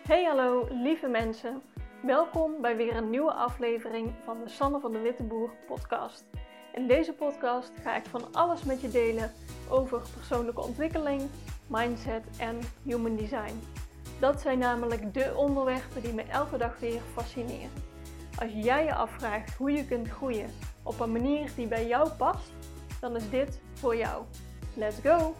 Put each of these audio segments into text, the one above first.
Hey hallo lieve mensen, welkom bij weer een nieuwe aflevering van de Sanne van de Witteboer podcast. In deze podcast ga ik van alles met je delen over persoonlijke ontwikkeling, mindset en human design. Dat zijn namelijk de onderwerpen die me elke dag weer fascineren. Als jij je afvraagt hoe je kunt groeien op een manier die bij jou past, dan is dit voor jou. Let's go!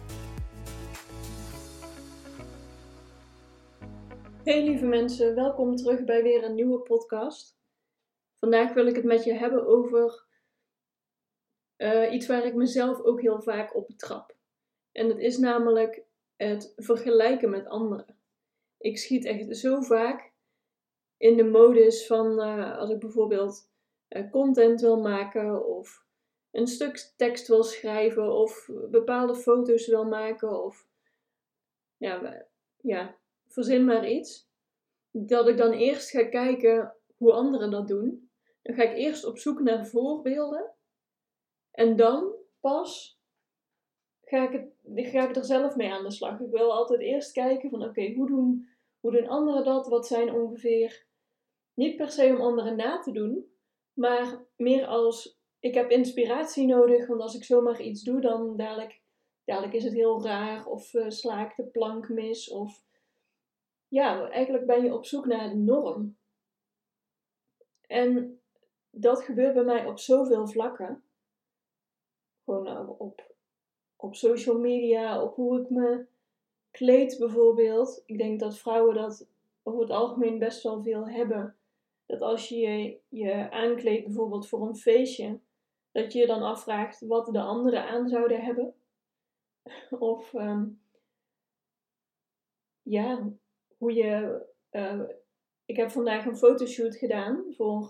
Hey lieve mensen, welkom terug bij weer een nieuwe podcast. Vandaag wil ik het met je hebben over iets waar ik mezelf ook heel vaak op betrap. En dat is namelijk het vergelijken met anderen. Ik schiet echt zo vaak in de modus van als ik bijvoorbeeld content wil maken of een stuk tekst wil schrijven of bepaalde foto's wil maken of verzin maar iets. Dat ik dan eerst ga kijken hoe anderen dat doen. Dan ga ik eerst op zoek naar voorbeelden. En dan pas ga ik er zelf mee aan de slag. Ik wil altijd eerst kijken van oké, hoe doen anderen dat? Wat zijn ongeveer, niet per se om anderen na te doen, maar meer als ik heb inspiratie nodig. Want als ik zomaar iets doe, dan dadelijk is het heel raar of sla ik de plank mis of... Ja, eigenlijk ben je op zoek naar de norm. En dat gebeurt bij mij op zoveel vlakken. Gewoon op social media, op hoe ik me kleed bijvoorbeeld. Ik denk dat vrouwen dat over het algemeen best wel veel hebben. Dat als je je aankleedt bijvoorbeeld voor een feestje, dat je je dan afvraagt wat de anderen aan zouden hebben. Of hoe je... ik heb vandaag een fotoshoot gedaan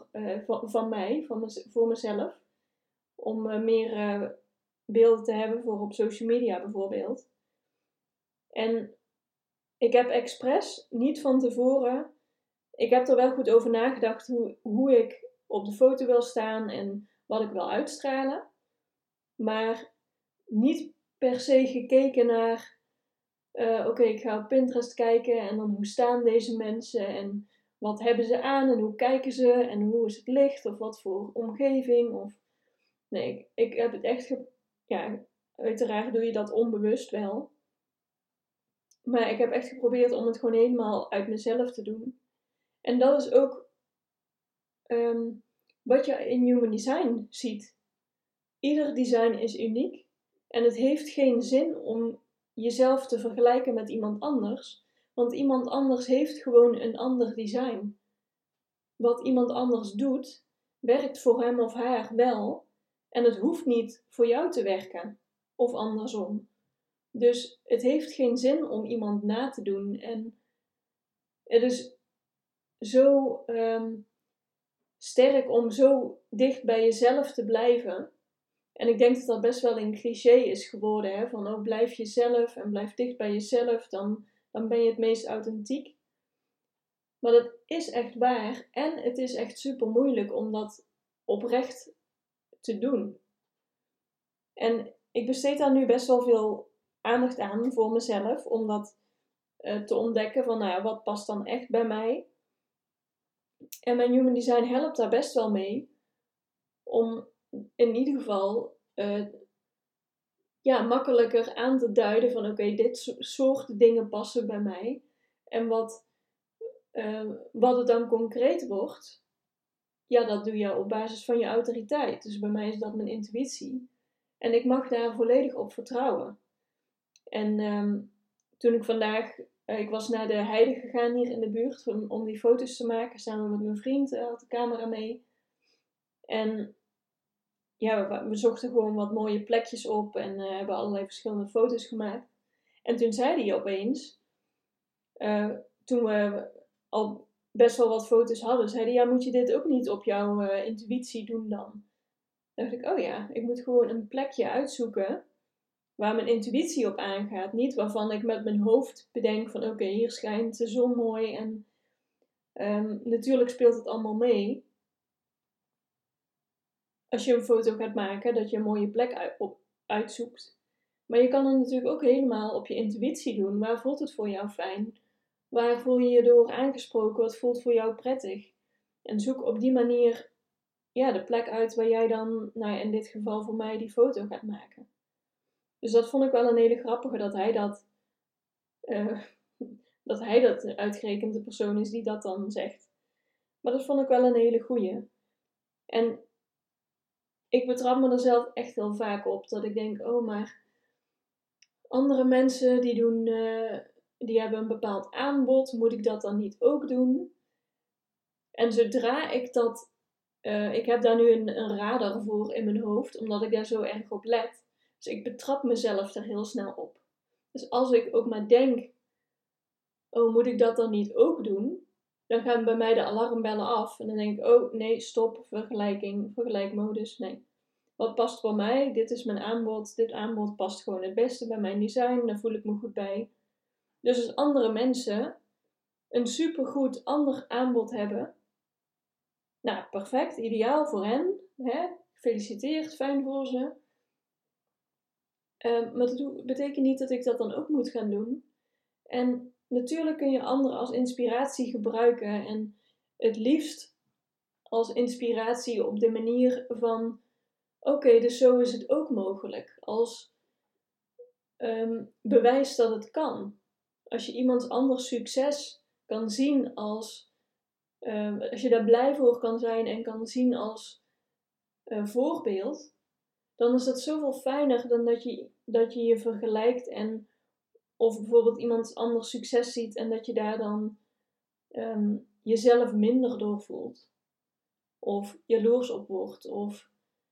voor mezelf. Om meer beelden te hebben voor op social media bijvoorbeeld. En ik heb expres niet van tevoren... Ik heb er wel goed over nagedacht hoe ik op de foto wil staan en wat ik wil uitstralen. Maar niet per se gekeken naar... Oké, ik ga op Pinterest kijken en dan hoe staan deze mensen en wat hebben ze aan en hoe kijken ze en hoe is het licht of wat voor omgeving. Nee, ik heb het echt... uiteraard doe je dat onbewust wel. Maar ik heb echt geprobeerd om het gewoon helemaal uit mezelf te doen. En dat is ook wat je in Human Design ziet. Ieder design is uniek en het heeft geen zin om jezelf te vergelijken met iemand anders, want iemand anders heeft gewoon een ander design. Wat iemand anders doet, werkt voor hem of haar wel en het hoeft niet voor jou te werken, of andersom. Dus het heeft geen zin om iemand na te doen en het is zo sterk om zo dicht bij jezelf te blijven. En ik denk dat dat best wel een cliché is geworden. Hè? Van blijf jezelf en blijf dicht bij jezelf. Dan ben je het meest authentiek. Maar dat is echt waar. En het is echt super moeilijk om dat oprecht te doen. En ik besteed daar nu best wel veel aandacht aan voor mezelf. Om dat te ontdekken van wat past dan echt bij mij. En mijn Human Design helpt daar best wel mee. Om in ieder geval makkelijker aan te duiden van oké, dit soort dingen passen bij mij. En wat het dan concreet wordt, dat doe je op basis van je autoriteit. Dus bij mij is dat mijn intuïtie. En ik mag daar volledig op vertrouwen. En toen ik vandaag... ik was naar de heide gegaan hier in de buurt om die foto's te maken. Samen met mijn vriend had de camera mee. En we zochten gewoon wat mooie plekjes op en hebben allerlei verschillende foto's gemaakt. En toen zei hij opeens, toen we al best wel wat foto's hadden, zei hij, moet je dit ook niet op jouw intuïtie doen dan? Dan dacht ik, oh ja, ik moet gewoon een plekje uitzoeken waar mijn intuïtie op aangaat. Niet waarvan ik met mijn hoofd bedenk van oké, hier schijnt de zon mooi en natuurlijk speelt het allemaal mee. Als je een foto gaat maken, dat je een mooie plek uitzoekt. Maar je kan het natuurlijk ook helemaal op je intuïtie doen. Waar voelt het voor jou fijn? Waar voel je je door aangesproken? Wat voelt voor jou prettig? En zoek op die manier de plek uit waar jij dan, in dit geval voor mij, die foto gaat maken. Dus dat vond ik wel een hele grappige, dat hij dat uitgerekend de persoon is die dat dan zegt. Maar dat vond ik wel een hele goeie. En ik betrap me er zelf echt heel vaak op, dat ik denk, oh, maar andere mensen die hebben een bepaald aanbod, moet ik dat dan niet ook doen? En zodra ik dat, ik heb daar nu een radar voor in mijn hoofd, omdat ik daar zo erg op let. Dus ik betrap mezelf er heel snel op. Dus als ik ook maar denk, oh, moet ik dat dan niet ook doen? Dan gaan bij mij de alarmbellen af. En dan denk ik, oh nee, stop, vergelijkmodus, nee. Wat past voor mij? Dit is mijn aanbod. Dit aanbod past gewoon het beste bij mijn design. Daar voel ik me goed bij. Dus als andere mensen een supergoed ander aanbod hebben, nou, perfect, ideaal voor hen. Hè? Gefeliciteerd, fijn voor ze. Maar dat betekent niet dat ik dat dan ook moet gaan doen. En natuurlijk kun je anderen als inspiratie gebruiken. En het liefst als inspiratie op de manier van, oké, dus zo is het ook mogelijk. Als bewijs dat het kan. Als je iemands anders succes kan zien als je daar blij voor kan zijn en kan zien als voorbeeld, dan is dat zoveel fijner dan dat je je vergelijkt en of bijvoorbeeld iemand anders succes ziet en dat je daar dan jezelf minder door voelt. Of jaloers op wordt. Of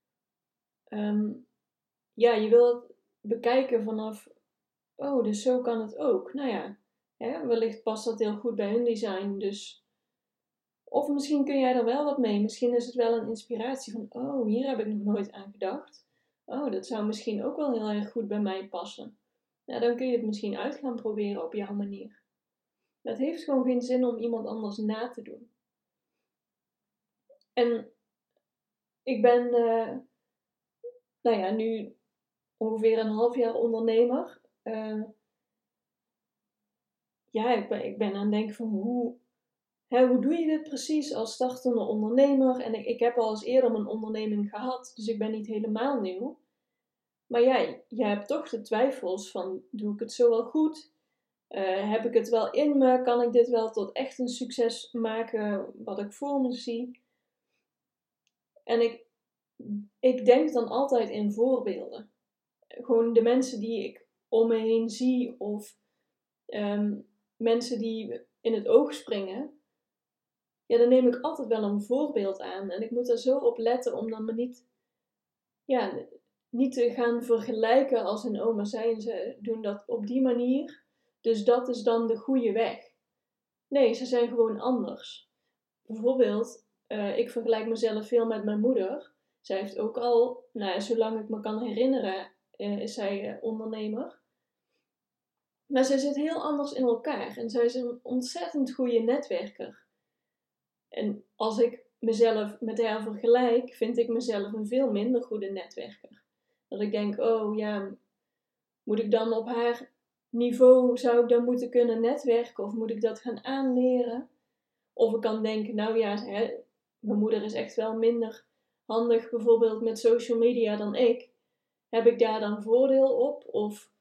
je wil het bekijken vanaf, oh, dus zo kan het ook. Nou ja, wellicht past dat heel goed bij hun design, dus. Of misschien kun jij er wel wat mee. Misschien is het wel een inspiratie van, oh, hier heb ik nog nooit aan gedacht. Oh, dat zou misschien ook wel heel erg goed bij mij passen. Nou, dan kun je het misschien uit gaan proberen op jouw manier. Het heeft gewoon geen zin om iemand anders na te doen. En ik ben, nu ongeveer een half jaar ondernemer. Ik ben aan het denken van hoe doe je dit precies als startende ondernemer? En ik heb al eens eerder mijn onderneming gehad, dus ik ben niet helemaal nieuw. Maar je hebt toch de twijfels van, doe ik het zo wel goed? Heb ik het wel in me? Kan ik dit wel tot echt een succes maken wat ik voor me zie? En ik denk dan altijd in voorbeelden. Gewoon de mensen die ik om me heen zie of mensen die in het oog springen. Ja, dan neem ik altijd wel een voorbeeld aan. En ik moet er zo op letten om dan me niet te gaan vergelijken als een oma zei. Ze doen dat op die manier. Dus dat is dan de goede weg. Nee, ze zijn gewoon anders. Bijvoorbeeld, ik vergelijk mezelf veel met mijn moeder. Zij heeft ook al, zolang ik me kan herinneren, is zij ondernemer. Maar zij zit heel anders in elkaar. En zij is een ontzettend goede netwerker. En als ik mezelf met haar vergelijk, vind ik mezelf een veel minder goede netwerker. Dat ik denk, oh ja, moet ik dan op haar niveau, zou ik dan moeten kunnen netwerken? Of moet ik dat gaan aanleren? Of ik kan denken, mijn moeder is echt wel minder handig bijvoorbeeld met social media dan ik. Heb ik daar dan voordeel op? Of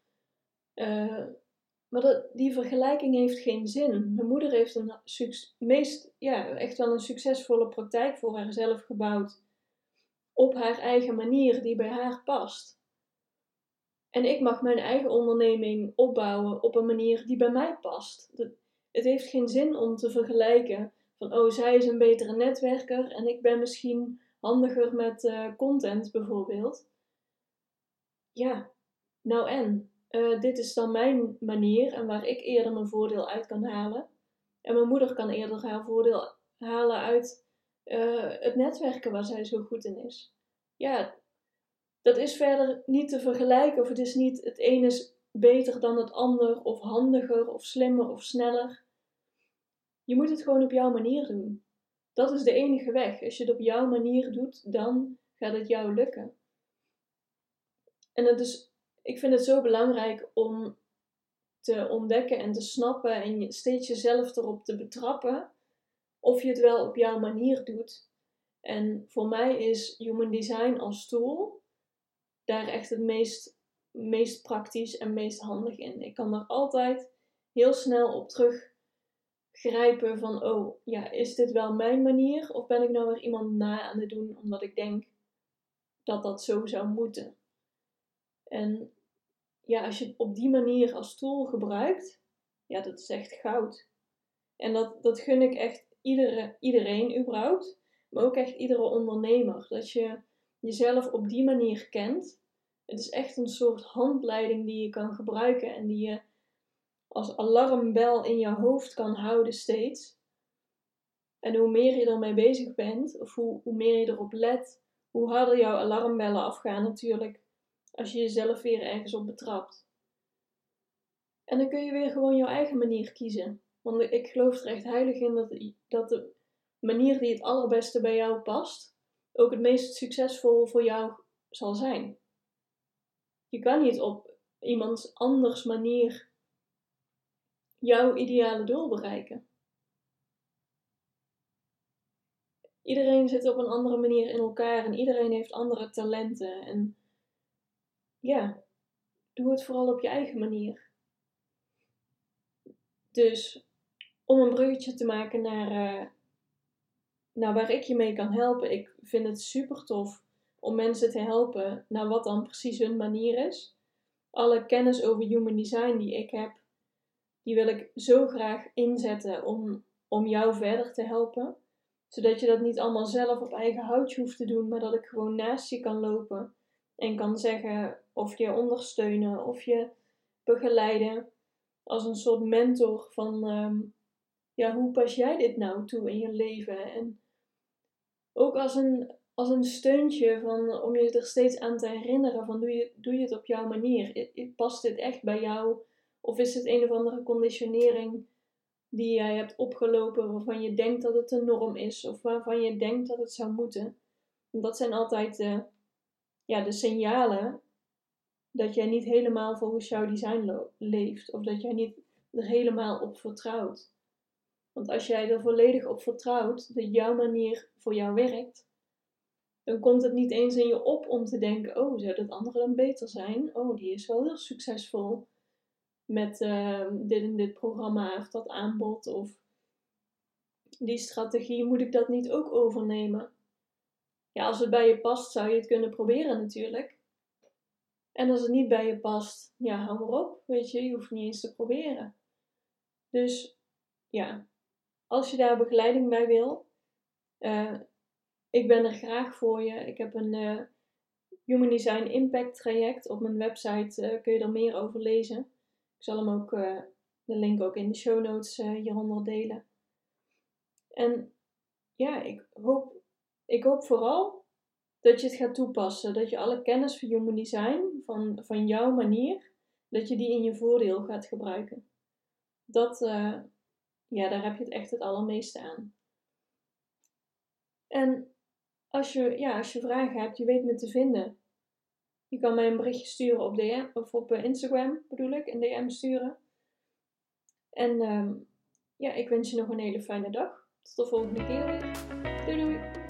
maar die vergelijking heeft geen zin. Mijn moeder heeft echt wel een succesvolle praktijk voor haarzelf gebouwd. Op haar eigen manier die bij haar past. En ik mag mijn eigen onderneming opbouwen op een manier die bij mij past. Het heeft geen zin om te vergelijken van, oh, zij is een betere netwerker en ik ben misschien handiger met content bijvoorbeeld. Ja, nou en? Dit is dan mijn manier en waar ik eerder mijn voordeel uit kan halen. En mijn moeder kan eerder haar voordeel halen uit het netwerken waar zij zo goed in is. Ja, dat is verder niet te vergelijken. Of het is niet het ene is beter dan het ander. Of handiger of slimmer of sneller. Je moet het gewoon op jouw manier doen. Dat is de enige weg. Als je het op jouw manier doet, dan gaat het jou lukken. En ik vind het zo belangrijk om te ontdekken en te snappen en steeds jezelf erop te betrappen of je het wel op jouw manier doet. En voor mij is Human Design als tool daar echt het meest praktisch en meest handig in. Ik kan daar altijd heel snel op teruggrijpen van, oh ja, is dit wel mijn manier? Of ben ik nou weer iemand na aan het doen omdat ik denk dat dat zo zou moeten? En ja, als je het op die manier als tool gebruikt, ja, dat is echt goud. En dat gun ik echt iedereen überhaupt, maar ook echt iedere ondernemer. Dat je jezelf op die manier kent. Het is echt een soort handleiding die je kan gebruiken en die je als alarmbel in je hoofd kan houden steeds. En hoe meer je ermee bezig bent, of hoe meer je erop let, hoe harder jouw alarmbellen afgaan natuurlijk, als je jezelf weer ergens op betrapt. En dan kun je weer gewoon jouw eigen manier kiezen. Want ik geloof er echt heilig in dat de manier die het allerbeste bij jou past, ook het meest succesvol voor jou zal zijn. Je kan niet op iemands anders manier jouw ideale doel bereiken. Iedereen zit op een andere manier in elkaar en iedereen heeft andere talenten. En ja, doe het vooral op je eigen manier. Dus om een bruggetje te maken naar waar ik je mee kan helpen. Ik vind het super tof om mensen te helpen naar wat dan precies hun manier is. Alle kennis over Human Design die ik heb, die wil ik zo graag inzetten om jou verder te helpen. Zodat je dat niet allemaal zelf op eigen houtje hoeft te doen, maar dat ik gewoon naast je kan lopen en kan zeggen of je ondersteunen of je begeleiden als een soort mentor van hoe pas jij dit nou toe in je leven? En ook als een steuntje om je er steeds aan te herinneren van doe je het op jouw manier? Past dit echt bij jou? Of is het een of andere conditionering die jij hebt opgelopen waarvan je denkt dat het de norm is of waarvan je denkt dat het zou moeten? En dat zijn altijd de signalen dat jij niet helemaal volgens jouw design leeft of dat jij niet er helemaal op vertrouwt. Want als jij er volledig op vertrouwt dat jouw manier voor jou werkt, dan komt het niet eens in je op om te denken, oh, zou dat andere dan beter zijn? Oh, die is wel heel succesvol met dit en dit programma of dat aanbod of die strategie, moet ik dat niet ook overnemen? Ja, als het bij je past, zou je het kunnen proberen natuurlijk. En als het niet bij je past, ja, hou maar op, weet je hoeft niet eens te proberen. Dus ja, als je daar begeleiding bij wil, ik ben er graag voor je. Ik heb een Human Design Impact traject. Op mijn website kun je er meer over lezen. Ik zal hem ook, de link ook in de show notes hieronder delen. En ja, ik hoop vooral dat je het gaat toepassen. Dat je alle kennis van Human Design, van jouw manier, dat je die in je voordeel gaat gebruiken. Daar heb je het echt het allermeeste aan. En als je vragen hebt, je weet me te vinden. Je kan mij een berichtje sturen op DM of op Instagram bedoel ik, een DM sturen. En ik wens je nog een hele fijne dag. Tot de volgende keer weer. Doei doei!